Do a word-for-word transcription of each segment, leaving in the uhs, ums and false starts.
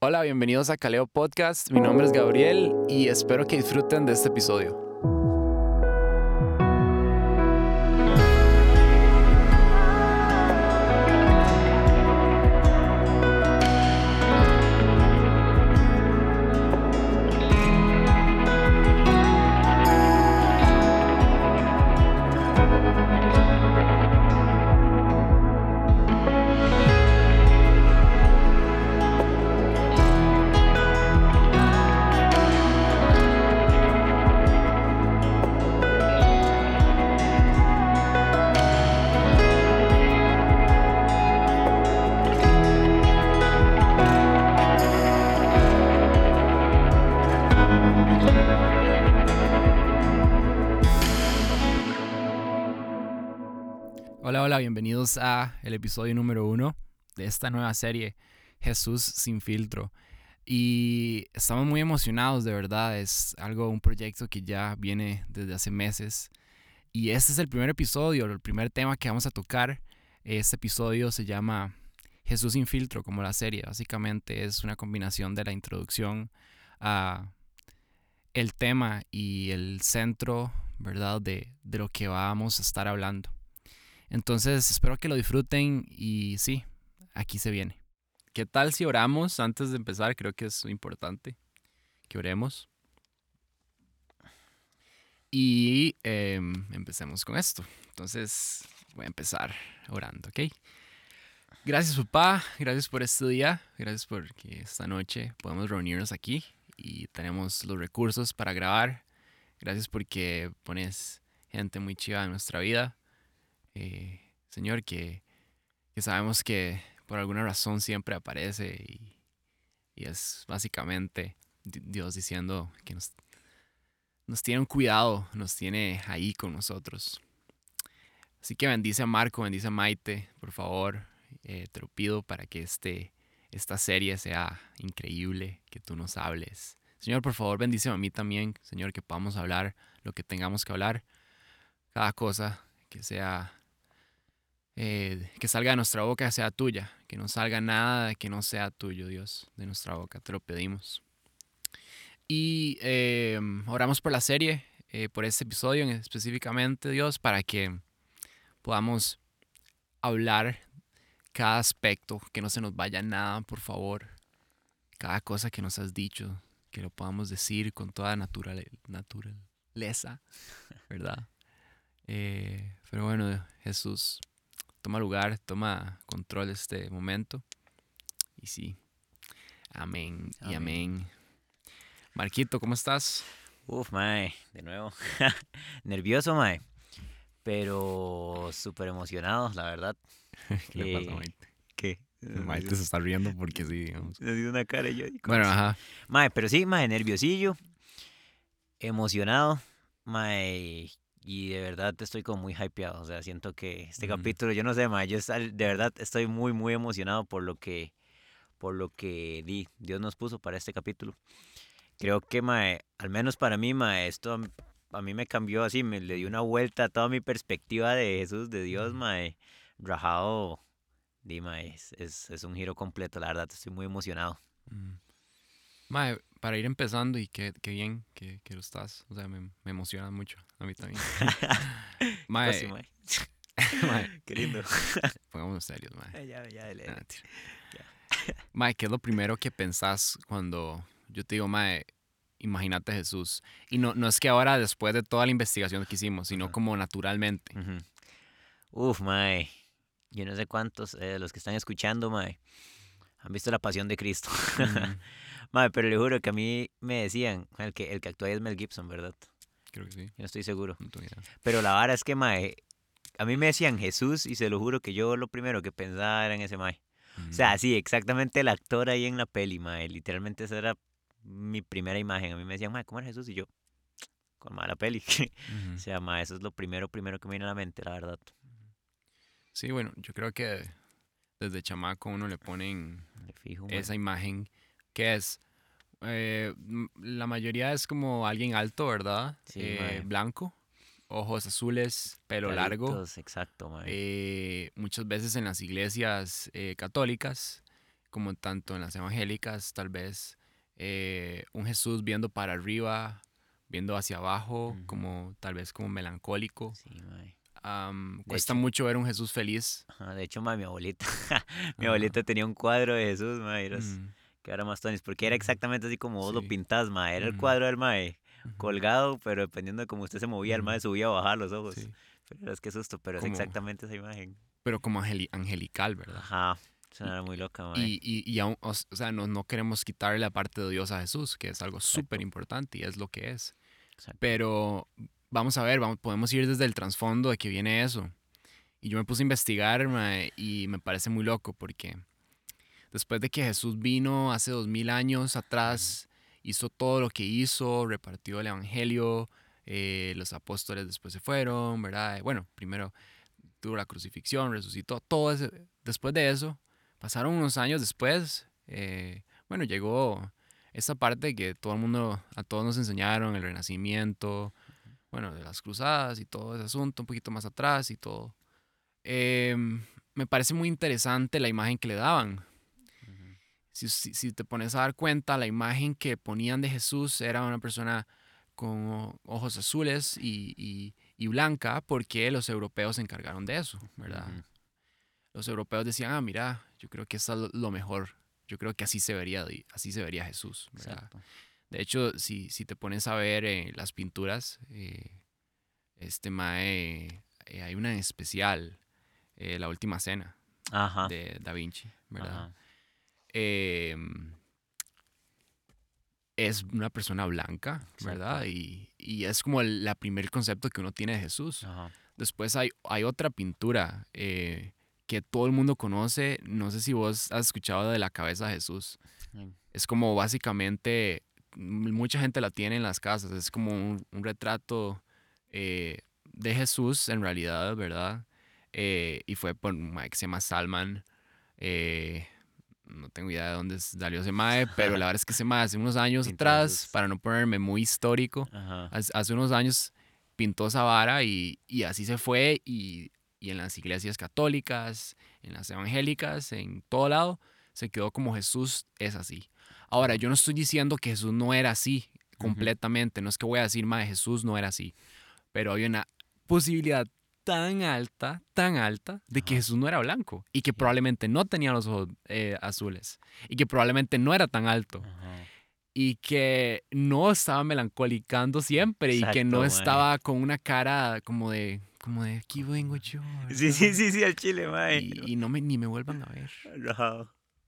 Hola, bienvenidos a Caleo Podcast. Mi nombre es Gabriel y espero que disfruten de este episodio. Hola, hola, bienvenidos a el episodio número uno de esta nueva serie, Jesús sin filtro. Y estamos muy emocionados, de verdad. Es algo, un proyecto que ya viene desde hace meses. Y este es el primer episodio, el primer tema que vamos a tocar. Este episodio se llama Jesús sin filtro, como la serie. Básicamente es una combinación de la introducción a el tema y el centro, ¿verdad?, de, de lo que vamos a estar hablando. Entonces espero que lo disfruten y sí, aquí se viene. ¿Qué tal si oramos antes de empezar? Creo que es importante que oremos. Y eh, empecemos con esto. Entonces voy a empezar orando, ¿ok? Gracias, papá. Gracias por este día. Gracias por que esta noche podemos reunirnos aquí y tenemos los recursos para grabar. Gracias porque pones gente muy chiva en nuestra vida. Eh, Señor, que, que sabemos que por alguna razón siempre aparece y, y es básicamente Dios diciendo que nos, nos tiene un cuidado, nos tiene ahí con nosotros. Así que bendice a Marco, bendice a Maite, por favor. Eh, te lo pido para que este, esta serie sea increíble, que tú nos hables. Señor, por favor, bendíceme a mí también, Señor, que podamos hablar lo que tengamos que hablar. Cada cosa que sea... Eh, que salga de nuestra boca sea tuya, que no salga nada que no sea tuyo, Dios, de nuestra boca, te lo pedimos. Y eh, oramos por la serie, eh, por este episodio específicamente, Dios, para que podamos hablar cada aspecto, que no se nos vaya nada, por favor, cada cosa que nos has dicho, que lo podamos decir con toda naturale- naturaleza, ¿verdad? Eh, pero bueno, Jesús, toma lugar, toma control de este momento. Y sí, amén y amén. amén. Marquito, ¿cómo estás? Uf, mae, de nuevo. Nervioso, mae. Pero súper emocionado, la verdad. ¿Qué le pasa a Eh, Maite? ¿Qué? Maite se está riendo porque sí, digamos. Me dio una cara y yo. Bueno, ajá. Mae, pero sí, mae, nerviosillo, emocionado, mae. Y de verdad estoy como muy hypeado. O sea, siento que este Mm. capítulo, yo no sé, mae, yo de verdad estoy muy, muy emocionado por lo que, por lo que di, Dios nos puso para este capítulo. Creo que, mae, al menos para mí, mae, esto a mí me cambió así, me le dio una vuelta a toda mi perspectiva de Jesús, de Dios, mae. Rajado, di, mae, es, es, es un giro completo, la verdad, estoy muy emocionado. Mm. Mae, para ir empezando y qué, qué bien que, que lo estás, o sea, me, me emociona mucho, a mí también. Mae, Pues sí, mae. mae, Qué lindo. pongámonos serios, mae. Ay, ya, ya, dele, Nah, dele. tira. Ya. Mae, ¿qué es lo primero que pensás cuando yo te digo, mae, imagínate Jesús? Y no, no es que ahora, después de toda la investigación que hicimos, sino Ajá. como naturalmente. Ujú. Uf, mae. Yo no sé cuántos de los que están escuchando, mae, han visto La Pasión de Cristo. Mm, Mae, pero le juro que a mí me decían, el que, el que actúa ahí es Mel Gibson, ¿verdad? creo que sí, Yo no estoy seguro. no tengo idea. Pero la vara es que, mae, a mí me decían Jesús y se lo juro que yo lo primero que pensaba era en ese mae. O sea, Mm, sí, exactamente el actor ahí en la peli, mae. Literalmente esa era mi primera imagen. A mí me decían, mae, ¿cómo era Jesús? Y yo, con mae, la peli. O ujú. sea, mae, eso es lo primero, primero que me viene a la mente, la verdad. Sí, bueno, yo creo que desde chamaco uno le ponen Me fijo, mae. esa imagen que es, eh, m- la mayoría es como alguien alto, ¿verdad? Sí, Eh, mae. blanco, ojos azules, pelo largo. Claritos, exacto, mae. Eh, muchas veces en las iglesias eh, católicas, como tanto en las evangélicas, tal vez eh, un Jesús viendo para arriba, viendo hacia abajo, Ujú. como tal vez como melancólico. Sí, mae. Am, De cuesta hecho, mucho ver un Jesús feliz. ajá, de hecho, mae, mi abuelita, mi Ajá. abuelita tenía un cuadro de Jesús, mae, vieras Mm, que era más tonis, porque era ujú, exactamente así como vos lo sí. pintás, mae. Era el Ujú, cuadro del mae ujú, colgado, pero dependiendo de cómo usted se movía, el ujú, mae subía o bajaba los ojos. sí. Pero es que susto, pero es Como, exactamente esa imagen. pero como angeli- angelical, ¿verdad? Ajá, eso Y, era muy loca, mae. y, y, y aún, o, s- o sea, no, no queremos quitarle la parte de Dios a Jesús, que es algo súper Exacto, importante y es lo que es. exacto. Pero vamos a ver, vamos, podemos ir desde el trasfondo de que viene eso. Y yo me puse a investigar, mae, y me parece muy loco porque después de que Jesús vino hace dos mil años Ujú, atrás, hizo todo lo que hizo, repartió el evangelio, eh, los apóstoles después se fueron, ¿verdad? Bueno, primero tuvo la crucifixión, resucitó, todo eso. Después de eso, pasaron unos años después, eh, bueno, llegó esta parte que todo el mundo, a todos nos enseñaron, el Renacimiento, bueno, de las cruzadas y todo ese asunto, un poquito más atrás y todo. Eh, Me parece muy interesante la imagen que le daban. ujú, Si, si, si te pones a dar cuenta, la imagen que ponían de Jesús era una persona con ojos azules y, y, y blanca, porque los europeos se encargaron de eso, ¿verdad? ujú, Los europeos decían, ah, mira, yo creo que eso es lo mejor. Yo creo que así se vería, así se vería Jesús, ¿verdad? exacto. De hecho, si, si te pones a ver eh, las pinturas, eh, este Mae, eh, hay una en especial, eh, La Última Cena, Ajá, de Da Vinci, ¿verdad? ajá, Eh, es una persona blanca, exacto. ¿verdad? Y, y es como el la primer concepto que uno tiene de Jesús. Ajá. Después hay, hay otra pintura eh, que todo el mundo conoce. No sé si vos has escuchado de la cabeza de Jesús. Mm, Es como básicamente, mucha gente la tiene en las casas. Es como un, un retrato eh, de Jesús en realidad, ¿verdad? Eh, y fue por un mae que se llama Salman. eh, no tengo idea de dónde salió ese mae, pero la verdad es que ese mae hace unos años Pintó a atrás, Jesús. para no ponerme muy histórico, Ajá. hace hace unos años pintó esa vara y, y así se fue y, y en las iglesias católicas, en las evangélicas, en todo lado, se quedó como Jesús es así. Ahora, Ajá. yo no estoy diciendo que Jesús no era así Ujú, completamente, no es que voy a decir, mae, Jesús no era así, pero hay una posibilidad tan alta, tan alta, de que ajá. Jesús no era blanco y que Sí. probablemente no tenía los ojos eh, azules y que probablemente no era tan alto Ajá. y que no estaba melancolicando siempre y que no Exacto, mae. estaba con una cara como de, como de aquí vengo yo, Sí, sí, ¿verdad? sí, sí, al chile, mae. Y, y no me, ni me vuelvan a ver. Ajá.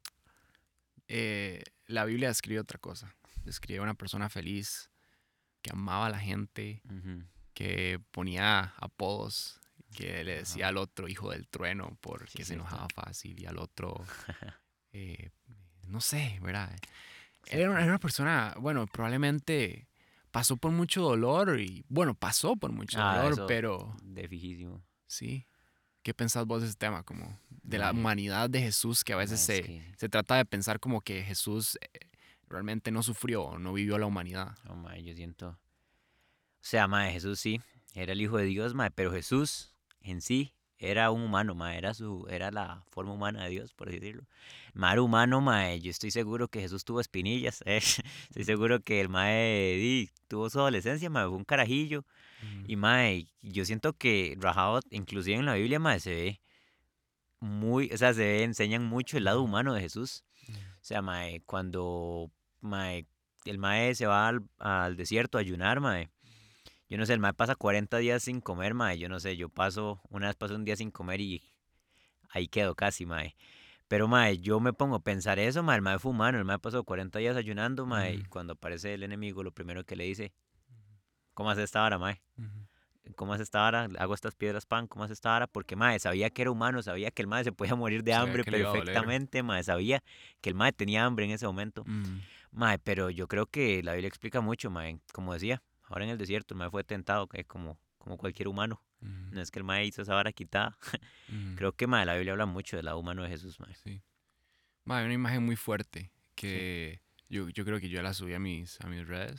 Eh, la Biblia describe otra cosa. Describe a una persona feliz que amaba a la gente, Ujú, que ponía apodos, que le decía ajá. al otro hijo del trueno Sí, porque es se cierto. enojaba fácil y al otro, eh, no sé, ¿verdad? Era una, Exacto. era una persona, bueno, probablemente pasó por mucho dolor y, bueno, pasó por mucho Ah, dolor, eso, pero de fijísimo. sí. ¿Qué pensás vos de ese tema? Como de la Mae, humanidad de Jesús, que a veces mae, es se, que, se trata de pensar como que Jesús eh, realmente no sufrió o no vivió la humanidad. no, mae, yo siento. O sea, mae, Jesús sí, era el hijo de Dios, mae, pero Jesús en sí era un humano, mae, era su, era la forma humana de Dios, por así decirlo. Mae era humano, mae, yo estoy seguro que Jesús tuvo espinillas, eh. Estoy seguro que el mae di, tuvo su adolescencia, mae, fue un carajillo. Ujú, Y mae, yo siento que Rajab, inclusive en la Biblia, mae, se ve muy, o sea, se ve, enseñan mucho el lado ujú, humano de Jesús. ujú, O sea, mae, cuando mae, el mae se va al, al desierto a ayunar, mae. Yo no sé, el mae pasa cuarenta días sin comer, mae. Yo no sé, yo paso, una vez paso un día sin comer y ahí quedo casi, mae. Pero, mae, yo me pongo a pensar eso, mae. El mae fue humano, el mae pasó cuarenta días ayunando, mae. Y ujú, cuando aparece el enemigo, lo primero que le dice, ¿cómo hace esta hora, mae? ujú. ¿Cómo hace esta vara? Hago estas piedras pan, ¿cómo hace esta vara? Porque, mae, sabía que era humano, sabía que el mae se podía morir de Sabía hambre que le iba a doler. perfectamente, mae, sabía que el mae tenía hambre en ese momento. Ujú, Mae, pero yo creo que la Biblia explica mucho, mae, como decía, ahora en el desierto el mae fue tentado, que es como, como cualquier humano. ujú, No es que el mae hizo esa vara quitada. ujú. Creo que, mae, la Biblia habla mucho del lado humano de Jesús, mae. Sí. Ma, hay una imagen muy fuerte Sí. que yo, yo creo que yo la subí a mis, a mis redes.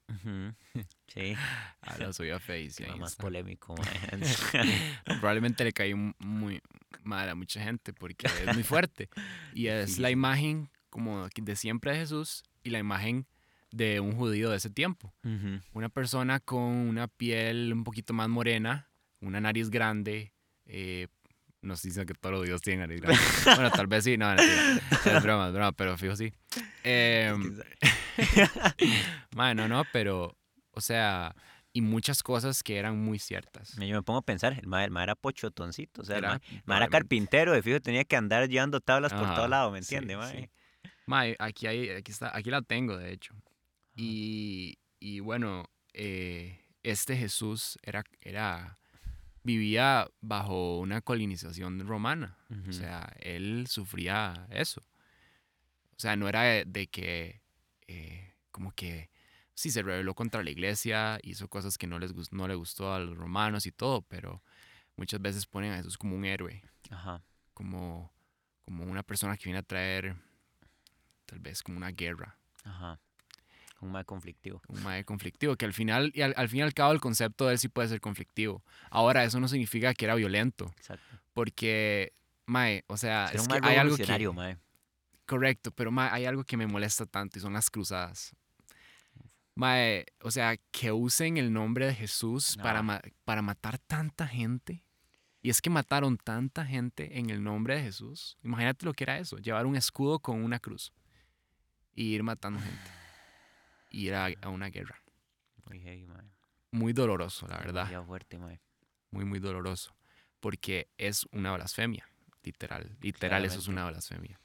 Ujú. Sí, Habla suya face y tema ahí más está. polémico, mae. No, probablemente le caí mu- muy mal a mucha gente porque es muy fuerte. Y es la Difícil. imagen como que de siempre de Jesús y la imagen de un judío de ese tiempo. Ujú. Una persona con una piel un poquito más morena, una nariz grande. eh, nos dicen que todos los judíos tienen nariz grande. Bueno, tal vez sí, no, mentira. Es broma, es broma, pero fijo sí. Pues Em, quién sabe. Bueno, no, pero, o sea, y muchas cosas que eran muy ciertas. Yo me pongo a pensar, el mae, el mae era pochotoncito, o sea, el mae, Era el mae era probablemente. carpintero, de fijo tenía que andar llevando tablas por todo Ajá, lado, ¿me sí, entiende, sí. mae? Mae, aquí hay, aquí está, aquí la tengo, de hecho. Ajá. Y, y bueno, eh, este Jesús era, era, vivía bajo una colonización romana. O Ujú. sea, él sufría eso. O sea, no era de, de que, eh, como que, sí, se rebeló contra la iglesia, hizo cosas que no les gus- no le gustó a los romanos y todo, pero muchas veces ponen a Jesús como un héroe, Ajá, como, como una persona que viene a traer tal vez como una guerra, ajá, un mae conflictivo. un mae conflictivo, que al final, y al, al fin y al cabo el concepto de él sí puede ser conflictivo. Ahora, eso no significa que era violento, Exacto. porque, mae, o sea, Es que era es un que mae hay algo revolucionario, que, mae. correcto, pero mae, hay algo que me molesta tanto y son las cruzadas. Mae, o sea, que usen el nombre de Jesús para, Ah, ma- para matar tanta gente. Y es que mataron tanta gente en el nombre de Jesús. Imagínate lo que era eso, llevar un escudo con una cruz y ir matando gente, y ir a, a una guerra. muy heavy, mae. Muy doloroso, la verdad, Demasiado fuerte, mae. muy, muy doloroso, porque es una blasfemia, literal, literal eso es Claramente. una blasfemia.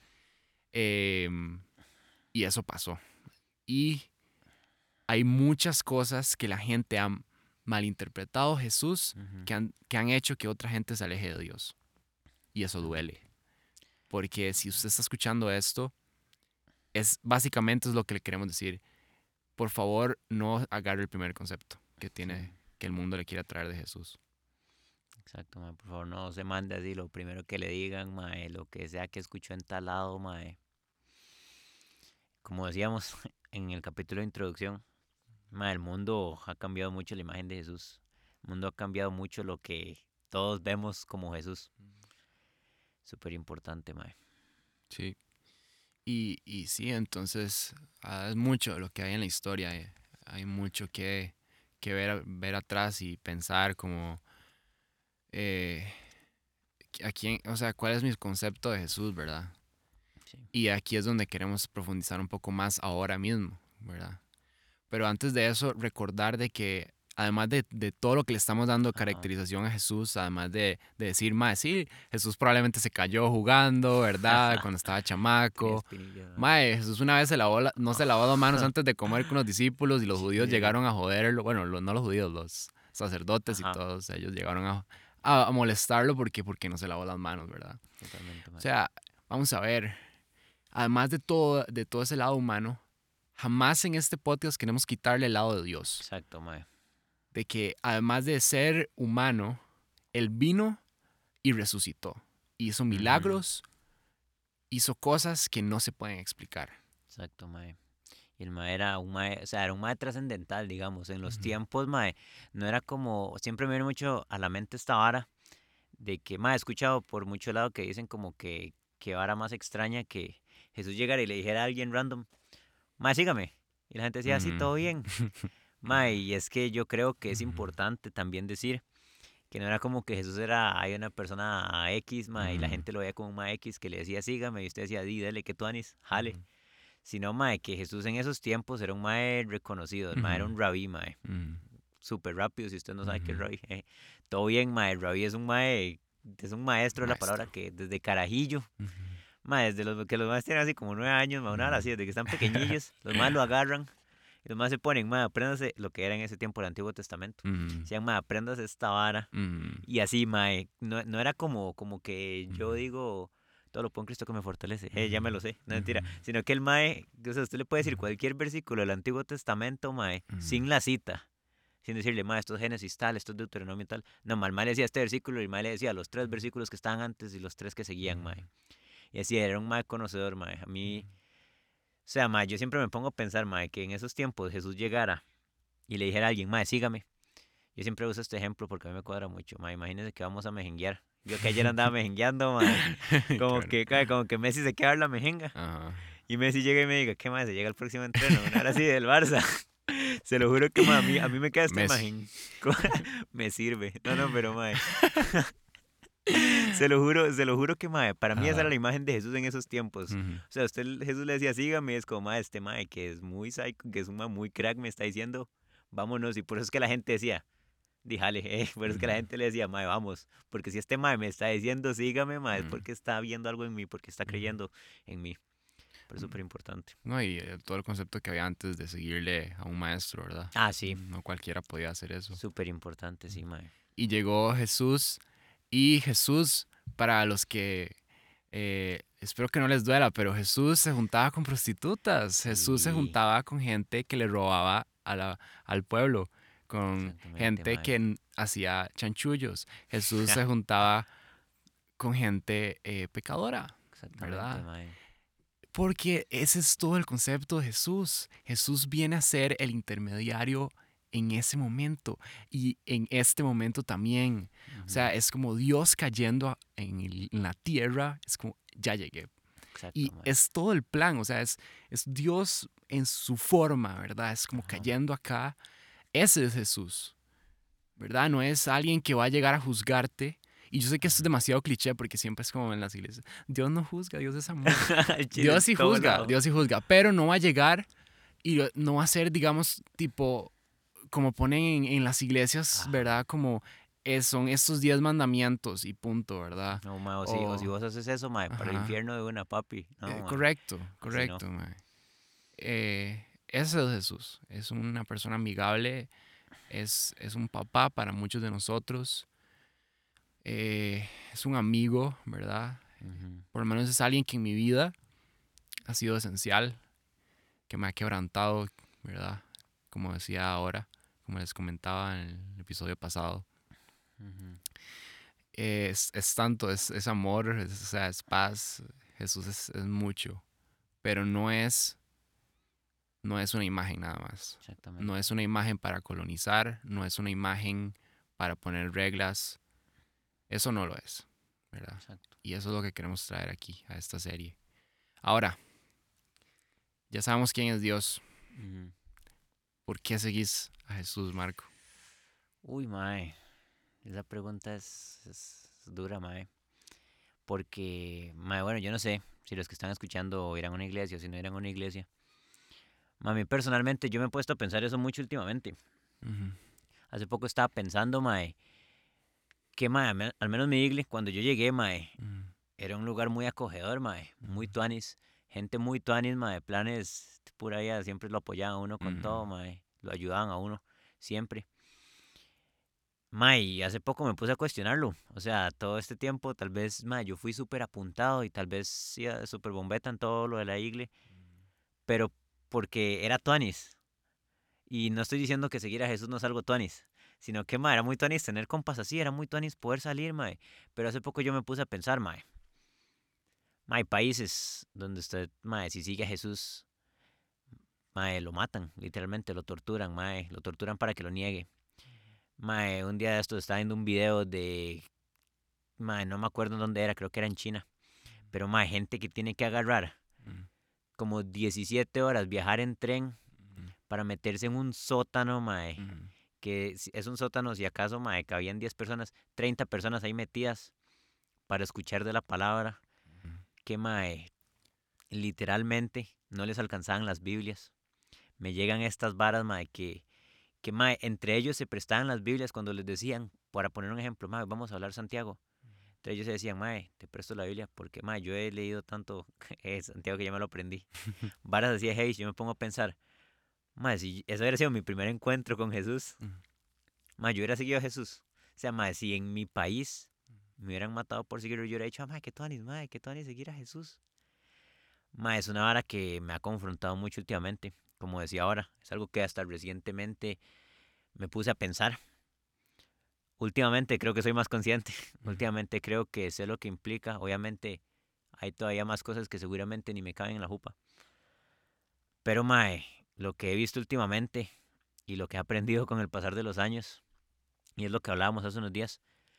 Em, y eso pasó. Y hay muchas cosas que la gente ha malinterpretado Jesús Ujú. que han, que han hecho que otra gente se aleje de Dios. Y eso duele. Claramente. Porque si usted está escuchando esto, es básicamente es lo que le queremos decir. Por favor, no agarre el primer concepto que Sí, tiene, que el mundo le quiera traer de Jesús. exacto, mae. Por favor, no se mande así lo primero que le digan, mae, lo que sea que escuchó en tal lado, mae. Como decíamos en el capítulo de introducción, mae, el mundo ha cambiado mucho la imagen de Jesús. El mundo ha cambiado mucho lo que todos vemos como Jesús. Súper importante, mae. Sí. Y, y sí, entonces ah, es mucho lo que hay en la historia. eh. Hay mucho que, que ver, ver atrás y pensar como eh, a quién, o sea, cuál es mi concepto de Jesús, ¿verdad? Sí. Y aquí es donde queremos profundizar un poco más ahora mismo, ¿verdad? Pero antes de eso, recordar de que además de, de todo lo que le estamos dando Ajá. caracterización a Jesús, además de, de decir, más, sí, Jesús probablemente se cayó jugando, ¿verdad? Cuando estaba Tenía chamaco. espinillas, mae. Mae, Jesús una vez se lavó la- no se lavó las manos antes de comer con los discípulos y los judíos Sí. llegaron a joderlo. Bueno, lo- no los judíos, los sacerdotes y Ajá. todos ellos llegaron a, a, a molestarlo porque, porque no se lavó las manos, ¿verdad? Totalmente, O mae. sea, vamos a ver, además de todo, de todo ese lado humano, jamás en este podcast queremos quitarle el lado de Dios. Exacto, mae. De que además de ser humano, Él vino y resucitó. Hizo Ujú. milagros, hizo cosas que no se pueden explicar. Exacto, mae. Y el mae era un mae, o sea, era un mae trascendental, digamos. En los Ujú, tiempos, mae, no era como, siempre me viene mucho a la mente esta vara de que, mae, he escuchado por mucho lado que dicen como que, que vara más extraña que Jesús llegara y le dijera a alguien random, mae, sígame. Y la gente decía, sí, ujú, todo bien. Mae, y es que yo creo que es ujú, importante también decir que no era como que Jesús era, hay una persona X, mae, y la ujú, gente lo veía como un mae X que le decía, sígame, y usted decía, di, dale, que tú anis, jale. ujú, Sino, mae, que Jesús en esos tiempos era un mae reconocido, el mae era ujú, un rabí, mae, ujú, súper rápido, si usted no sabe qué es ujú. rabí, eh, todo bien, mae, el rabí es un mae, es un maestro de la palabra Maestro. que desde carajillo, Ujú, mae, desde los que los maes tienen así como nueve años, mae, una hora ujú. así, desde que están pequeñillos, los maes lo agarran, y los maes se ponen, mae, apréndase lo que era en ese tiempo el Antiguo Testamento, Ujú, decían, mae, apréndase esta vara, ujú, y así, mae, no, no era como, como que yo ujú, digo, todo lo puedo en Cristo que me fortalece, eh, ya me lo ujú, sé, no mentira, ujú, sino que el mae, o sea, usted le puede decir ujú, cualquier versículo del Antiguo Testamento, mae, ujú, sin la cita, sin decirle, mae, esto es Génesis tal, esto es Deuteronomio tal, no, mae, el mae le decía este versículo y el mae le decía los tres versículos que estaban antes y los tres que seguían, mae, y así era un mae conocedor, mae, a mí, o sea, mae, yo siempre me pongo a pensar, mae, que en esos tiempos Jesús llegara y le dijera a alguien, mae, sígame. Yo siempre uso este ejemplo porque a mí me cuadra mucho, mae. Imagínense que vamos a mejenguear. Yo que ayer andaba mejengueando, mae. Como Claro. que, mae, como que Messi se queda a ver la mejenga. Ajá. Y Messi llega y me diga, ¿qué más? Se llega el próximo entreno, una hora así del Barça. Se lo juro que, mae, a mí, a mí me queda esta Messi. imagen. Me sirve. No, no, pero, mae. Se lo juro, se lo juro que, mae, para mí esa era Ajá. la imagen de Jesús en esos tiempos. Ujú. O sea, usted, Jesús le decía, sígame, y es como, mae, este mae, que es muy psycho, que es un mae muy crack, me está diciendo, vámonos. Y por eso es que la gente decía, díjale, eh, por eso es que la Ujú. gente le decía, mae, vamos. Porque si este mae me está diciendo, sígame, mae, es Ujú. porque está viendo algo en mí, porque está Ujú. creyendo en mí. Pero es Mm. súper importante. No, y eh, todo el concepto que había antes de seguirle a un maestro, ¿verdad? Ah, sí, No cualquiera podía hacer eso. súper importante, sí, Mm. mae. Y llegó Jesús, y Jesús, para los que, eh, espero que no les duela, pero Jesús se juntaba con prostitutas, Jesús se Sí, juntaba con gente que le robaba a la- al pueblo, con exactamente, gente que mae. n- hacía chanchullos, Jesús se juntaba con gente eh, pecadora, Exactamente, ¿verdad? mae. Porque ese es todo el concepto de Jesús. Jesús viene a ser el intermediario en ese momento y en este momento también. O Ujú, sea, es como Dios cayendo a- en, el- en la tierra, es como, ya llegué. exacto, Y mae. es todo el plan, o sea, es, es Dios en su forma, ¿verdad? Es como Ajá. cayendo acá. Ese es Jesús, ¿verdad? No es alguien que va a llegar a juzgarte. Y yo sé que esto es Ajá. demasiado cliché porque siempre es como en las iglesias. Dios no juzga, Dios es amor. El chile Dios en sí todo juzga, lado. Dios sí juzga, pero no va a llegar y lo- no va a ser, digamos, tipo, como ponen en, en las iglesias, Ajá. ¿verdad? Como eh, son estos diez mandamientos y punto, ¿verdad? No, mae, o si, o si O, vos haces eso, mae, para el ajá, infierno de una, papi. eh, No, mae, correcto, así no. correcto, mae. Eh, ese es Jesús, es una persona amigable, es, es un papá para muchos de nosotros, eh, es un amigo, ¿verdad? Ujú, Por lo menos es alguien que en mi vida ha sido esencial, que me ha quebrantado, ¿verdad? Como decía ahora, como les comentaba en el episodio pasado. ujú. Es, es tanto, es, es amor, es, o sea, es paz. Jesús es, es mucho, pero no es, no es una imagen nada más. No Exactamente. es una imagen para colonizar, no es una imagen para poner reglas. Eso no lo es, ¿verdad? Exacto. Y eso es lo que queremos traer aquí, a esta serie. Ahora, ya sabemos quién es Dios. Ujú. ¿Por qué seguís a Jesús, Marco? Uy, mae. Esa pregunta es, es dura, mae. Porque, mae, bueno, yo no sé si los que están escuchando irán a una iglesia o si no irán a una iglesia. Mae, a mí personalmente, yo me he puesto a pensar eso mucho últimamente. Ujú, Hace poco estaba pensando, mae, que, mae, al men- al menos mi iglesia, cuando yo llegué, mae, ujú, era un lugar muy acogedor, mae, muy ujú, tuanis. Gente muy tuanis, mae, planes pura vida, siempre lo apoyaban a uno con ujú, todo, mae. Lo ayudaban a uno, siempre. Mae, y hace poco me puse a cuestionarlo. O sea, todo este tiempo, tal vez, mae, yo fui súper apuntado y tal vez sí, súper bombeta en todo lo de la igle, pero porque era tuanis. Y no estoy diciendo que seguir a Jesús no es algo tuanis, sino que, mae, era muy tuanis tener compas así, era muy tuanis poder salir, mae. Pero hace poco yo me puse a pensar, mae. Mae, hay países donde usted, mae, si sigue a Jesús, mae, lo matan, literalmente, lo torturan, mae, lo torturan para que lo niegue. Mae, un día de estos estaba viendo un video de, mae, no me acuerdo en dónde era, creo que era en China, pero mae, gente que tiene que agarrar ujú, como diecisiete horas, viajar en tren ujú, para meterse en un sótano, mae, ujú, que si- es un sótano, si acaso, mae, cabían diez personas, treinta personas ahí metidas para escuchar de la palabra, ujú. que mae, literalmente no les alcanzaban las Biblias. Me llegan estas varas, mae, que, que mae, entre ellos se prestaban las Biblias cuando les decían, para poner un ejemplo, mae, vamos a hablar Santiago. Entre ellos se decían, mae, te presto la Biblia, porque mae, yo he leído tanto eh, Santiago que ya me lo aprendí. Varas así de hey, yo me pongo a pensar, mae, si eso hubiera sido mi primer encuentro con Jesús, Ujú, mae, yo hubiera seguido a Jesús. O sea, mae, si en mi país me hubieran matado por seguirlo, yo hubiera dicho, ah, mae, qué tuanis, mae, qué tuanis seguir a Jesús. Mae, es una vara que me ha confrontado mucho últimamente. Como decía ahora, es algo que hasta recientemente me puse a pensar. Últimamente creo que soy más consciente. ujú, Últimamente creo que sé lo que implica. Obviamente hay todavía más cosas que seguramente ni me caben en la jupa. Pero mae, lo que he visto últimamente y lo que he aprendido con el pasar de los años, y es lo que hablábamos hace unos días,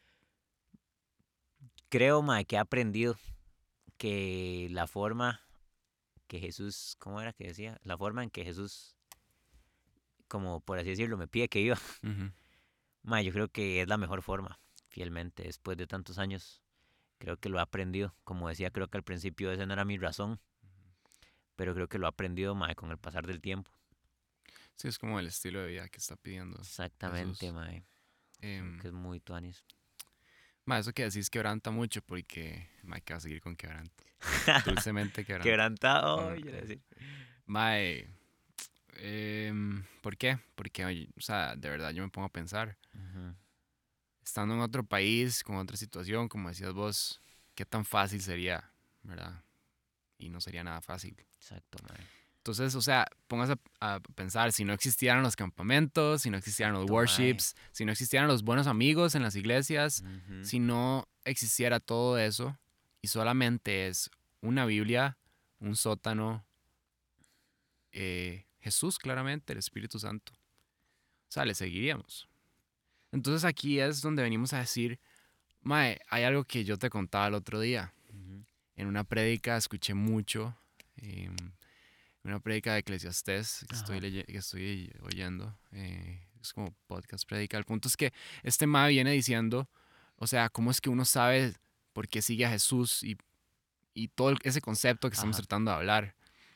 creo, mae, que he aprendido que la forma que Jesús, ¿cómo era que decía? La forma en que Jesús, como por así decirlo, me pide que viva, Ujú. mae, yo creo que es la mejor forma, fielmente, después de tantos años, creo que lo he aprendido. Como decía, creo que al principio esa no era mi razón, pero creo que lo he aprendido, mae, con el pasar del tiempo. Sí, es como el estilo de vida que está pidiendo Exactamente, Jesús. mae. Creo Em, que es muy tuanis. ma, eso que decís quebranta mucho porque, ma, que va a seguir con quebranta. Dulcemente quebranta. Quebrantado, Mm, yo le eh, decía. mae, em, ¿por qué? Porque, oye, o sea, de verdad yo me pongo a pensar, Ujú. estando en otro país, con otra situación, como decías vos, ¿qué tan fácil sería, verdad? Y no sería nada fácil. Exacto, mae. Entonces, o sea, pongas a, a pensar, si no existieran los campamentos, si no existieran los Exacto, mae. worships, si no existieran los buenos amigos en las iglesias, Ujú. si no existiera todo eso y solamente es una Biblia, un sótano, eh, Jesús claramente, el Espíritu Santo, o sea, le seguiríamos. Entonces aquí es donde venimos a decir, Mae, hay algo que yo te contaba el otro día. Ujú. En una prédica escuché mucho, eh, una prédica de Eclesiastés que estoy, Ajá. leye- que estoy oyendo. eh, es como podcast prédica. El punto es que este Mae viene diciendo, o sea, cómo es que uno sabe por qué sigue a Jesús y, y todo el- ese concepto que estamos Ajá. tratando de hablar.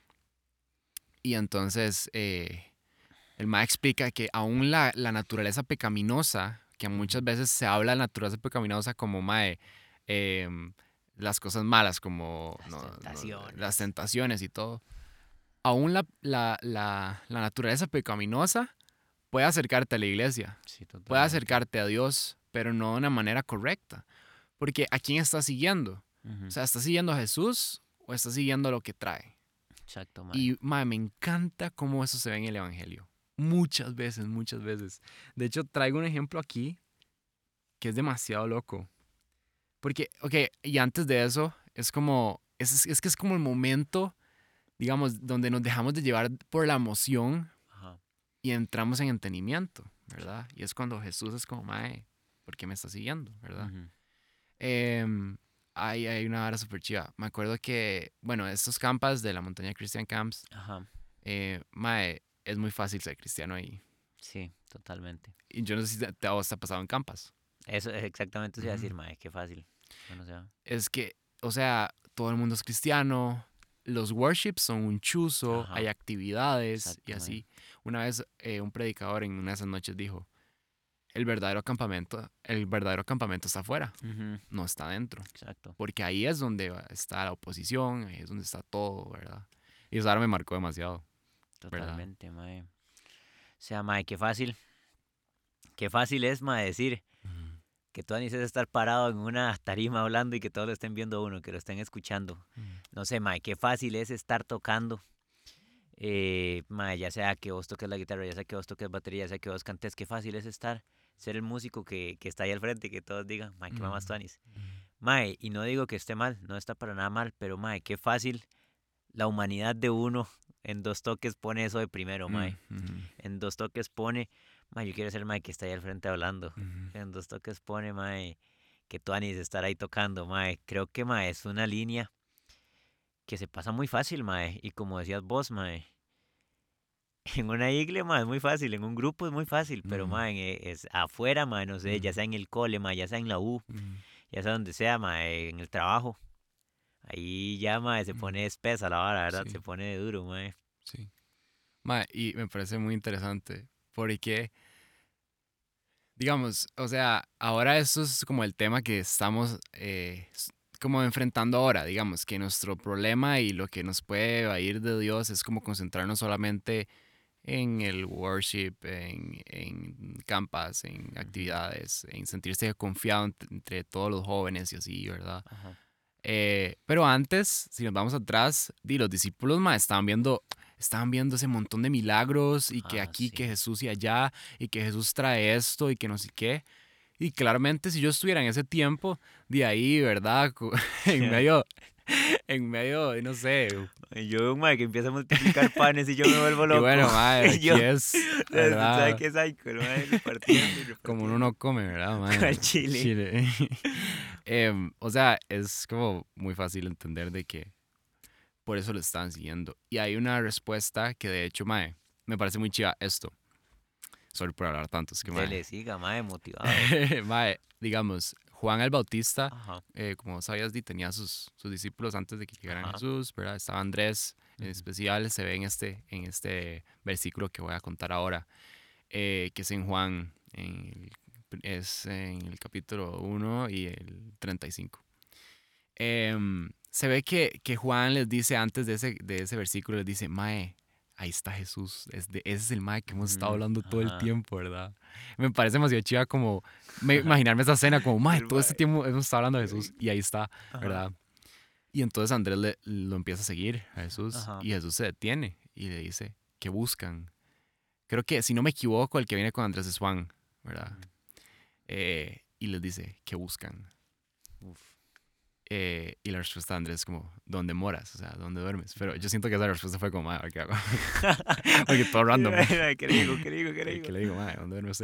Y entonces eh, el Mae explica que aún la, la naturaleza pecaminosa, que muchas Ujú. veces se habla de la naturaleza pecaminosa como Mae, em, las cosas malas, como Las no, no, las tentaciones. tentaciones y todo. Aún la, la, la, la naturaleza pecaminosa puede acercarte a la iglesia, Sí, puede totalmente. acercarte a Dios, pero no de una manera correcta. Porque ¿a quién estás siguiendo? O Ujú. sea, ¿estás siguiendo a Jesús o estás siguiendo lo que trae? Exacto, mae. Y mae, me encanta cómo eso se ve en el Evangelio. Muchas veces, muchas veces. De hecho, traigo un ejemplo aquí que es demasiado loco. Porque, ok, y antes de eso, es como, es, es que es como el momento, digamos, donde nos dejamos de llevar por la emoción Ajá. y entramos en entendimiento, ¿verdad? Y es cuando Jesús es como, mae, ¿por qué me está siguiendo, verdad? Ujú. Em, hay, hay una hora súper chiva. Me acuerdo que, bueno, estos campas de la montaña Christian Camps, Ajá. eh, mae, es muy fácil ser cristiano ahí. Sí, totalmente. Y yo no sé si te, te, a vos te ha pasado en campas. Eso es exactamente eso iba a decir, Ujú. mae. Qué fácil. Bueno, o sea. Es que, o sea, todo el mundo es cristiano, los worships son un chuzo, hay Ajá. actividades y Exacto, mae. así. Una vez eh, un predicador en una de esas noches dijo, el verdadero campamento, el verdadero campamento está afuera, Ujú. no está adentro. Exacto. Porque ahí es donde está la oposición, ahí es donde está todo, ¿verdad? Y eso ahora me marcó demasiado, ¿verdad? Totalmente, mae. O sea, mae, qué fácil. Qué fácil es, mae, decir Ujú, que tú es estar parado en una tarima hablando y que todos lo estén viendo a uno, que lo estén escuchando. ujú, No sé, mae, qué fácil es estar tocando. Eh, mae, ya sea que vos toques la guitarra, ya sea que vos toques batería, ya sea que vos cantes, qué fácil es estar, ser el músico que, que está ahí al frente y que todos digan, mae, qué mamás ujú, tuanis. Mae, y no digo que esté mal, no está para nada mal, pero mae, qué fácil la humanidad de uno en dos toques pone eso de primero, ujú, mae. ujú, En dos toques pone, mae, yo quiero ser mae que está ahí al frente hablando. ujú. En dos toques pone, mae, que tú de estar ahí tocando, mae. Creo que, mae, es una línea que se pasa muy fácil, mae. Y como decías vos, mae, en una iglesia, mae, es muy fácil, en un grupo es muy fácil, pero, Ujú, mae, en- es afuera, mae, no sé, ya ujú, sea en el cole, mae, ya sea en la U, ujú, ya sea donde sea, mae, en el trabajo. Ahí ya, mae, se ujú. pone espesa la vara, ¿verdad? Se Sí, pone de duro, mae. sí. Ma, y me parece muy interesante porque, digamos, o sea, ahora eso es como el tema que estamos eh, s- como enfrentando ahora, digamos, que nuestro problema y lo que nos puede evadir de Dios es como concentrarnos solamente en el worship, en, en campas, en Ujú. actividades, en sentirse confiado ent- entre todos los jóvenes y así, ¿verdad? Ajá. Eh, pero antes, si nos vamos atrás, di, los discípulos ma, estaban viendo, estaban viendo ese montón de milagros y que Ah, aquí, que sí. Jesús y allá, y que Jesús trae esto y que no sé qué. Y claramente si yo estuviera en ese tiempo, de ahí, ¿verdad? Co- En medio, en medio, de, no sé. Y yo veo un mae que empieza a multiplicar panes y yo me vuelvo Y loco. bueno, mae, Y yo, aquí es, ¿sabe ¿verdad? qué es psycho? El mae repartiendo y Como uno repartiendo. no come, ¿verdad, mae? Al chile. Chile. Em, o sea, es como muy fácil entender de que por eso lo están siguiendo. Y hay una respuesta que de hecho, mae, me parece muy chiva esto. Sorry por hablar tanto, es que, mae. Dele, siga, mae, motivado. mae, digamos, Juan el Bautista, Ajá. eh, como sabías, di, tenía sus, sus discípulos antes de que llegaran Ajá. Jesús, ¿verdad? Estaba Andrés, en Ujú. especial, se ve en este, en este versículo que voy a contar ahora, eh, que es en Juan, en el, es en el capítulo uno y el treinta y cinco. Em, se ve que, que Juan les dice antes de ese, de ese versículo, les dice, mae, ahí está Jesús, es de- ese es el mae que hemos estado Ujú. hablando todo el Ajá. tiempo, ¿verdad? Me parece demasiado chiva como me- imaginarme esa escena como, mae, El todo este mae. tiempo hemos estado hablando de Jesús y ahí está, Ajá. ¿verdad? Y entonces Andrés le- lo empieza a seguir a Jesús Ajá. y Jesús se detiene y le dice, ¿qué buscan? Creo que, si no me equivoco, el que viene con Andrés es Juan, ¿verdad? Ujú. Eh, y les dice, ¿qué buscan? Uf. Eh, y la respuesta de Andrés es como, ¿dónde moras? O sea, ¿dónde duermes? Pero yo siento que esa respuesta fue como, madre, ¿qué hago? Porque todo random. ¿Qué le digo? ¿Qué le digo? ¿Qué le ¿Qué, digo? qué le digo, madre? ¿Dónde duerme usted?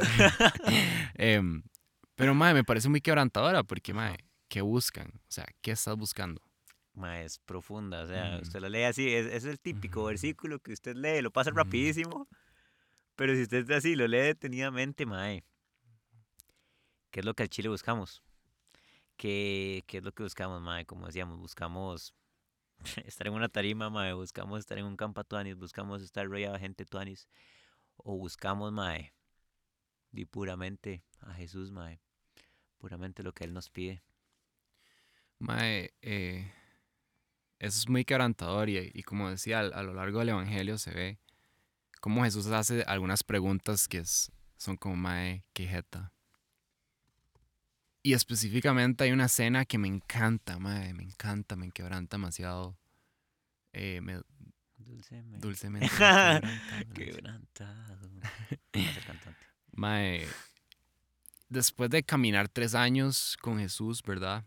Em, pero, madre, me parece muy quebrantadora porque, Ajá. madre, ¿qué buscan? O sea, ¿qué estás buscando? Mae, es profunda, o sea, Ujú, usted lo lee así, es, es el típico ujú, versículo que usted lee, lo pasa ujú. rapidísimo, pero si usted así lo lee detenidamente, mae, ¿qué es lo que al chile buscamos? ¿Qué, qué es lo que buscamos, mae? Como decíamos, buscamos estar en una tarima, mae, buscamos estar en un campo tuanis, buscamos estar rodeado de gente tuanis, o buscamos, mae, di puramente a Jesús, mae, puramente lo que Él nos pide. Mae, eh, eso es muy quebrantador y, y como decía, al- a, lo largo del Evangelio se ve cómo Jesús hace algunas preguntas que es- son como, mae, qué jeta. Y específicamente hay una escena que me encanta, mae, me encanta, me quebranta demasiado. Eh, me- Dulcemente. dulcemente me quebranta. ¿no? Quebrantado. Va a ser cantante. Mae, después de caminar tres años con Jesús, ¿verdad?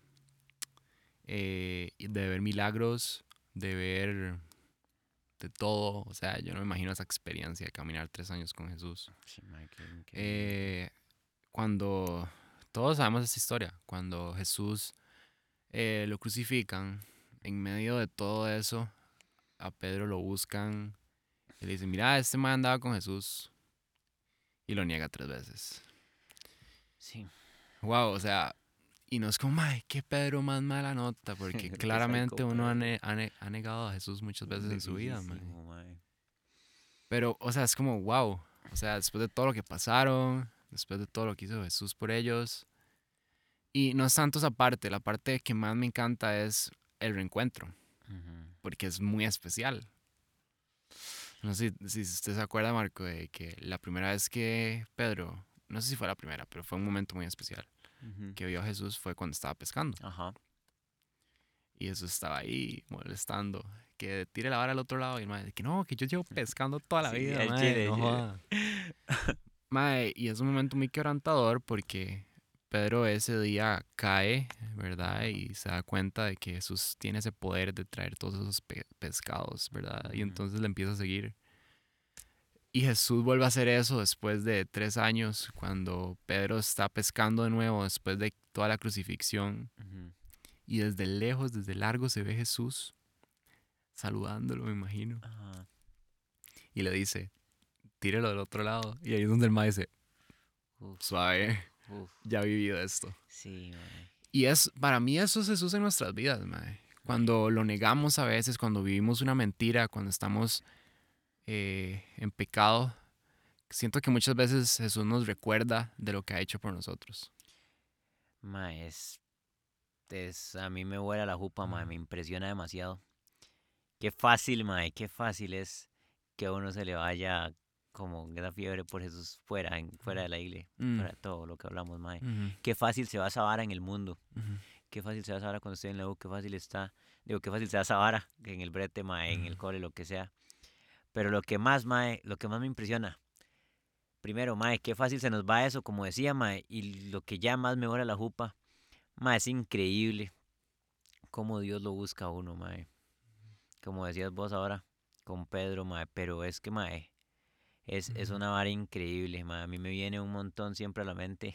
Eh, y de ver milagros, de ver de todo. O sea, yo no me imagino esa experiencia de caminar tres años con Jesús. Sí, mae, qué increíble. Eh, cuando todos sabemos esta historia, cuando Jesús eh, lo crucifican, en medio de todo eso, a Pedro lo buscan y le dicen, mira, este man andaba con Jesús y lo niega tres veces. Sí, Wow, o sea, y no es como, ay, qué Pedro más mala nota, porque qué claramente psycho, uno ha, Pedro. ne- ha ne- ha negado a Jesús muchas veces en su vida, mae. Lejísimo, mae. Pero, o sea, es como, wow, o sea, después de todo lo que pasaron, después de todo lo que hizo Jesús por ellos, y no es tanto esa parte, la parte que más me encanta es el reencuentro, Ujú. porque es muy especial. No sé si, si usted se acuerda, Marco, de que la primera vez que Pedro, no sé si fue la primera, pero fue un momento muy especial, Ujú. que vio a Jesús fue cuando estaba pescando. Ajá. Y Jesús estaba ahí molestando, que tire la vara al otro lado. Y el mae, que no, que yo llevo pescando toda la Sí, vida, al mae, chile, al no chile. joda. Mae, y es un momento muy quebrantador porque Pedro ese día cae, ¿verdad? Y se da cuenta de que Jesús tiene ese poder de traer todos esos pe- pescados, ¿verdad? Y Ujú. entonces le empieza a seguir. Y Jesús vuelve a hacer eso después de tres años, cuando Pedro está pescando de nuevo, después de toda la crucifixión. Ujú. Y desde lejos, desde largo, se ve Jesús saludándolo, me imagino. Ajá. Y le dice, tírelo del otro lado. Y ahí es donde el mae dice, Uf, suave, uf. ya he vivido esto. Sí, mae. Y es, para mí eso es Jesús en nuestras vidas, mae. Cuando lo negamos a veces, cuando vivimos una mentira, cuando estamos eh, en pecado, siento que muchas veces Jesús nos recuerda de lo que ha hecho por nosotros. Mae, es, es- a mí me vuela la jupa, mae, me impresiona demasiado. Qué fácil, mae, qué fácil es que a uno se le vaya como esa fiebre por Jesús fuera, en- fuera de la iglesia, Mm, fuera de todo lo que hablamos, mae. ujú, Qué fácil se va esa vara en el mundo. ujú, Qué fácil se va esa vara cuando estoy en la U, qué fácil está. Digo, qué fácil se va esa vara en el brete, mae, en el ujú. cole, lo que sea. Pero lo que más, mae, lo que más me impresiona, primero, mae, qué fácil se nos va eso, como decía, mae, y lo que ya más me vuela la jupa, mae, es increíble cómo Dios lo busca a uno, mae. Como decías vos ahora con Pedro, mae, pero es que, mae, es, es Ujú. una vara increíble, mae. A mí me viene un montón siempre a la mente,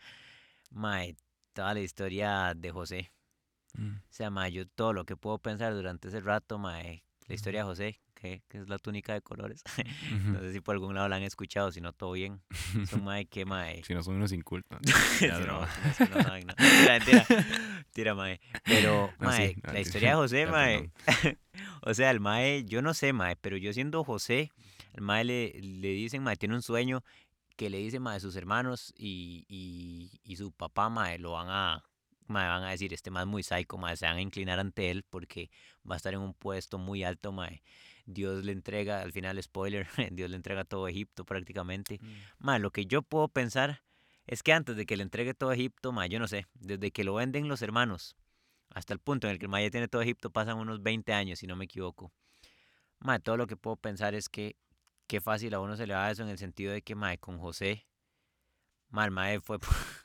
mae, toda la historia de José. Mm, O sea, mae, yo todo lo que puedo pensar durante ese rato, mae, la ujú, historia de José, que, que es la túnica de colores. ujú. No sé si por algún lado la han escuchado, si no, todo bien. Es un mae que, mae, Si no son unos incultos, ya si broma. no, si no es que no saben nada. Mentira, mentira, mentira, mae. Pero, No, sí, mae, no, la mentira. historia de José, Ya, mae, perdón. o sea, el mae, yo no sé, mae, pero yo siendo José, el mae le, le dicen, mae, tiene un sueño que le dice, mae, sus hermanos y, y, y su papá, mae, lo van a, mae, van a decir, este mae es muy psycho, mae, se van a inclinar ante él porque va a estar en un puesto muy alto, mae. Dios le entrega, al final, spoiler, Dios le entrega todo Egipto prácticamente. Mm, Mae, lo que yo puedo pensar es que antes de que le entregue todo Egipto, mae, yo no sé, desde que lo venden los hermanos hasta el punto en el que el mae ya tiene todo Egipto pasan unos veinte años, si no me equivoco. Mae, todo lo que puedo pensar es que qué fácil a uno se le va eso en el sentido de que, mae, con José, mae, el mae fue,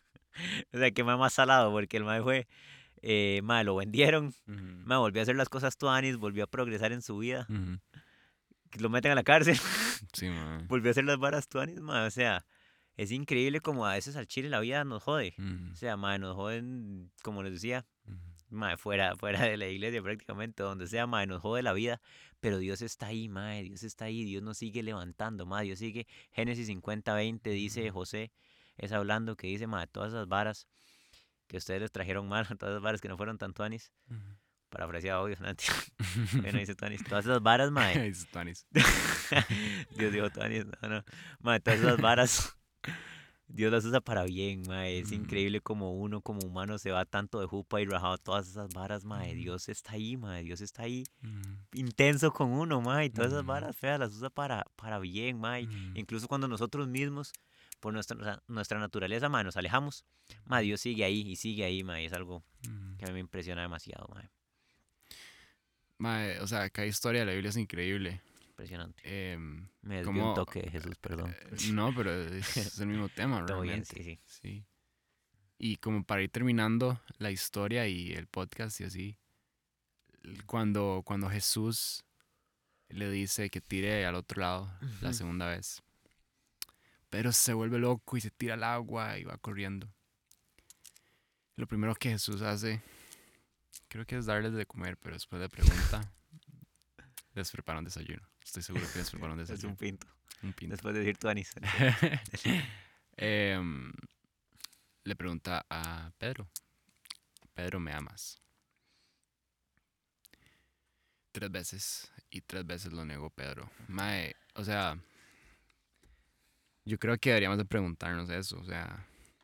o sea, que mae más salado, porque el mae fue, eh, mae, lo vendieron, ujú, mae, volvió a hacer las cosas tuanis, volvió a progresar en su vida, ujú. que lo meten a la cárcel, Sí, man. volvió a hacer las varas tuanis, mae, o sea, es increíble como a veces al chile la vida nos jode. O Ujú, sea, mae, nos joden, como les decía, ujú, mae, fuera, fuera de la iglesia prácticamente, donde sea, mae, nos jode la vida, pero Dios está ahí, mae, Dios está ahí, Dios nos sigue levantando, mae, Dios sigue, Génesis cincuenta veinte dice José, es hablando que dice, mae, todas esas varas que ustedes les trajeron mal, todas esas varas que no fueron tan tuanis, ujú. parafraseado, obvio, no, todavía no dice tuanis, todas esas varas, mae, Ay, Stanis. Dios dijo tuanis, no, no, mae, todas esas varas Dios las usa para bien, mae. Es Mm, increíble como uno, como humano, se va tanto de jupa y rajado todas esas varas, mae. mm, Dios está ahí, mae. Dios está ahí mm, intenso con uno, mae. Y todas esas mm, varas feas las usa para, para bien, mae. mm, Incluso cuando nosotros mismos, por nuestra, o sea, nuestra naturaleza, mae, nos alejamos, mae, Dios sigue ahí y sigue ahí, mae. Es algo mm. que a mí me impresiona demasiado, mae. Mae, o sea, cada historia de la Biblia es increíble. Impresionante. Em, Me desvió un como, toque de Jesús, perdón. eh, no, pero es el mismo tema Todo bien, realmente. sí, sí. Sí. Y como para ir terminando la historia y el podcast y así, cuando, cuando Jesús le dice que tire al otro lado la Ujú. segunda vez, pero se vuelve loco y se tira al agua y va corriendo. Lo primero que Jesús hace, creo que es darles de comer, pero después le pregunta, les prepara un desayuno. Estoy seguro que les prepara un Es un desayuno. pinto. Un pinto. Después de decir tuanis. Em, le pregunta a Pedro, Pedro, ¿me amas? Tres veces. Y tres veces lo negó Pedro. Mae, o sea, yo creo que deberíamos de preguntarnos eso. O sea,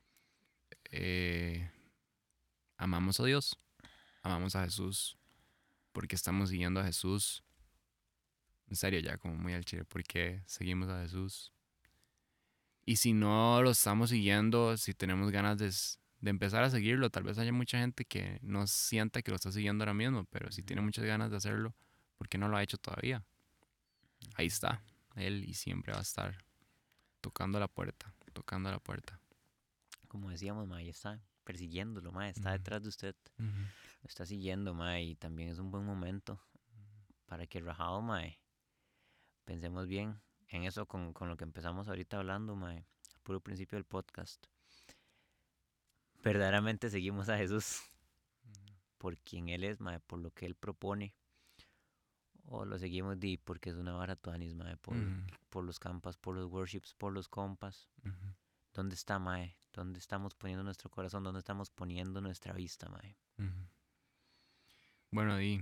eh, ¿amamos a Dios? ¿Amamos a Jesús? ¿Por qué estamos siguiendo a Jesús? En serio, ya como muy al chile, ¿por qué seguimos a Jesús? Y si no lo estamos siguiendo, si tenemos ganas de, s- de empezar a seguirlo, tal vez haya mucha gente que no sienta que lo está siguiendo ahora mismo, pero si tiene Ujú. muchas ganas de hacerlo, ¿por qué no lo ha hecho todavía? Ahí está, él y siempre va a estar tocando la puerta, tocando la puerta. Como decíamos, mae, está persiguiéndolo, mae, está Ujú, detrás de usted, ujú, lo está siguiendo, mae, y también es un buen momento para que rajado, mae, pensemos bien en eso con, con lo que empezamos ahorita hablando, mae, al puro principio del podcast. Verdaderamente seguimos a Jesús por quien Él es, mae, por lo que Él propone, o lo seguimos di porque es una vara tuanis, mae, por, ujú, por los campas, por los worships, por los compas. ujú, ¿Dónde está, mae? ¿Dónde estamos poniendo nuestro corazón? ¿Dónde estamos poniendo nuestra vista, mae? ujú. Bueno, y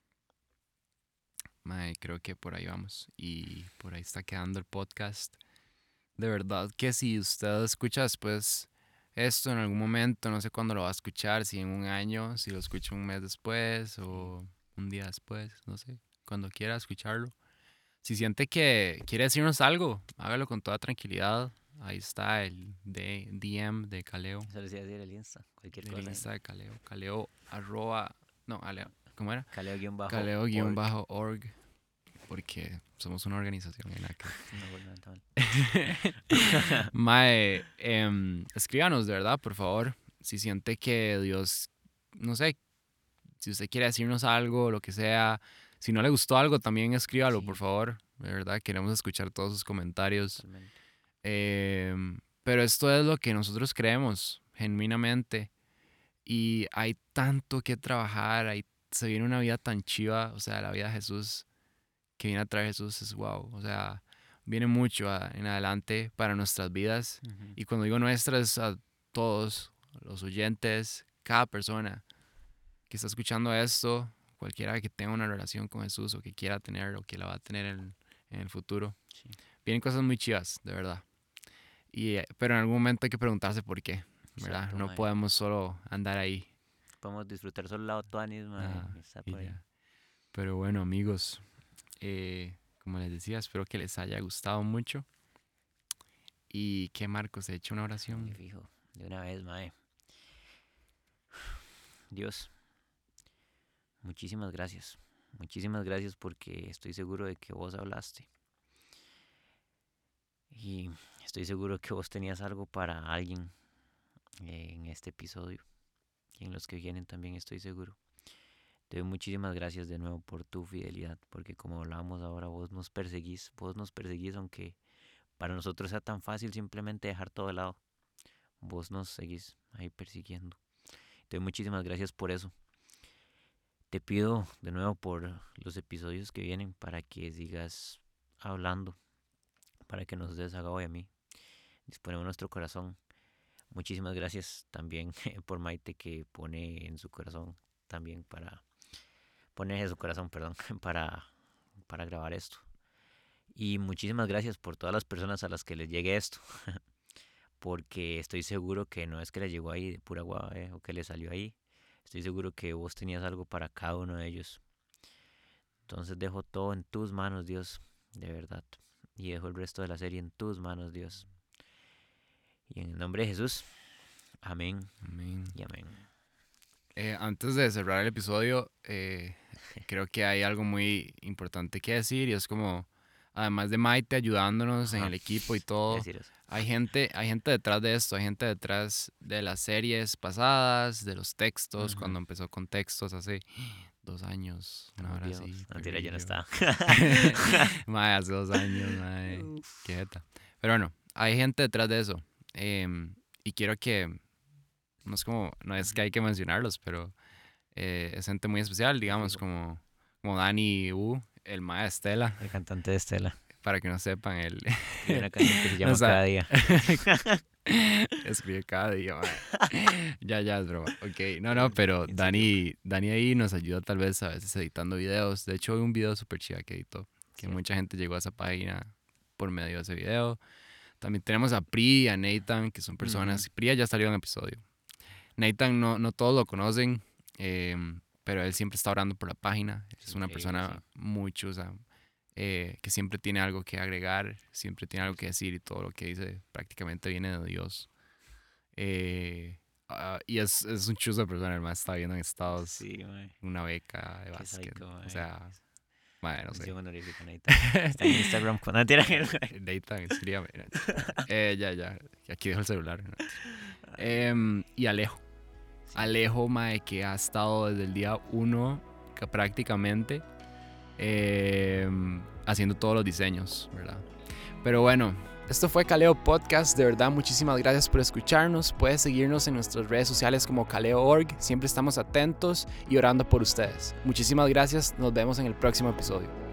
mae, creo que por ahí vamos. Y por ahí está quedando el podcast. De verdad que si usted escucha después esto en algún momento, no sé cuándo lo va a escuchar, si en un año, si lo escucha un mes después Sí. o un día después, no sé, cuando quiera escucharlo. Si siente que quiere decirnos algo, hágalo con toda tranquilidad. Ahí está el de D M de Caleo, Eso les iba a decir el Insta, cualquier del cosa. Insta de Caleo, Caleo arroba, no, Aleo, ¿cómo era? Caleo-org. Caleo-org, porque somos una organización en la que No gubernamental. Mae, em, escríbanos de verdad, por favor. Si siente que Dios, no sé, si usted quiere decirnos algo, lo que sea. Si no le gustó algo, también escríbalo, Sí. por favor. De verdad, queremos escuchar todos sus comentarios. Totalmente. Eh, pero esto es lo que nosotros creemos, genuinamente. Y hay tanto que trabajar, hay, se viene una vida tan chiva, o sea, la vida de Jesús, que viene a traer Jesús es wow, o sea, viene mucho a- en adelante para nuestras vidas. Ujú. Y cuando digo nuestras, a todos los oyentes, cada persona que está escuchando esto, cualquiera que tenga una relación con Jesús o que quiera tener o que la va a tener en, en el futuro, Sí. vienen cosas muy chivas, de verdad. Y, eh, pero en algún momento hay que preguntarse por qué, ¿verdad? Exacto, No mae. podemos solo andar ahí. Podemos disfrutar solo el lado tuanis, mae, Ajá, y está y por ahí. ya. Pero bueno, amigos, eh, como les decía, espero que les haya gustado mucho. Y que Marcos he hecho una Sí, oración. fijo, de una vez, mae. Dios, muchísimas gracias. Muchísimas gracias porque estoy seguro de que vos hablaste. Y estoy seguro que vos tenías algo para alguien en este episodio. Y en los que vienen también estoy seguro. Te doy muchísimas gracias de nuevo por tu fidelidad. Porque como hablábamos ahora, vos nos perseguís. Vos nos perseguís aunque para nosotros sea tan fácil simplemente dejar todo de lado. Vos nos seguís ahí persiguiendo. Te doy muchísimas gracias por eso. Te pido de nuevo por los episodios que vienen para que sigas hablando, para que nos des a Gabo y a mí. Disponemos nuestro corazón. Muchísimas gracias también por Maite que pone en su corazón también para poner en su corazón, perdón, para, para grabar esto. Y muchísimas gracias por todas las personas a las que les llegue esto. Porque estoy seguro que no es que les llegó ahí de pura guava eh, o que les salió ahí. Estoy seguro que vos tenías algo para cada uno de ellos. Entonces dejo todo en tus manos, Dios, de verdad. Y dejo el resto de la serie en tus manos, Dios. Y en el nombre de Jesús, amén Amén. y amén. Eh, antes de cerrar el episodio, eh, creo que hay algo muy importante que decir. Y es como, además de Maite ayudándonos en Ajá. el equipo y Voy a todo, decir eso. hay gente, hay gente detrás de esto, hay gente detrás de las series pasadas, de los textos, Ujú. cuando empezó con textos hace dos años, una Estamos hora viejos. así. Mentira, yo no perrillo. estaba. Mae, hace dos años, mae. Qué jeta. Pero bueno, hay gente detrás de eso. em, y quiero que, no es como, no es que hay que mencionarlos, pero eh, es gente muy especial, digamos, Fijo. como, como Dani U, el mae de Estela, El cantante de Estela. para que no sepan, el... Y una canción que se llama O sea, Cada Día. escribe cada día, mae. Ya, ya, es broma. Ok, no, no, pero En serio. Dani, Dani ahí nos ayuda tal vez a veces editando videos. De hecho, hay un video súper chido que editó, que Sí. mucha gente llegó a esa página por medio de ese video. También tenemos a Pri y a Nathan, que son personas... Pri ya salió en episodio. Nathan no, no todos lo conocen, eh, pero él siempre está orando por la página. Es Es una increíble, persona muy chusa, eh, que siempre tiene algo que agregar, siempre tiene algo que decir y todo lo que dice prácticamente viene de Dios. Eh, ah, y es, es un chuzo de persona, además está viendo en Estados Sí, mae. una beca de Qué básquet. psycho, O mae. sea, bueno, no sé. Mención honorífica, Nathan. Está en Instagram con Nathan. Nathan, escríbame. No, eh, ya, ya. Aquí dejo el celular. No. Em, y Alejo. Alejo, mae, que ha estado desde el día uno que prácticamente em, haciendo todos los diseños, ¿verdad? Pero bueno, esto fue Caleo Podcast. De verdad, muchísimas gracias por escucharnos. Puedes seguirnos en nuestras redes sociales como caleo punto org. Siempre estamos atentos y orando por ustedes. Muchísimas gracias. Nos vemos en el próximo episodio.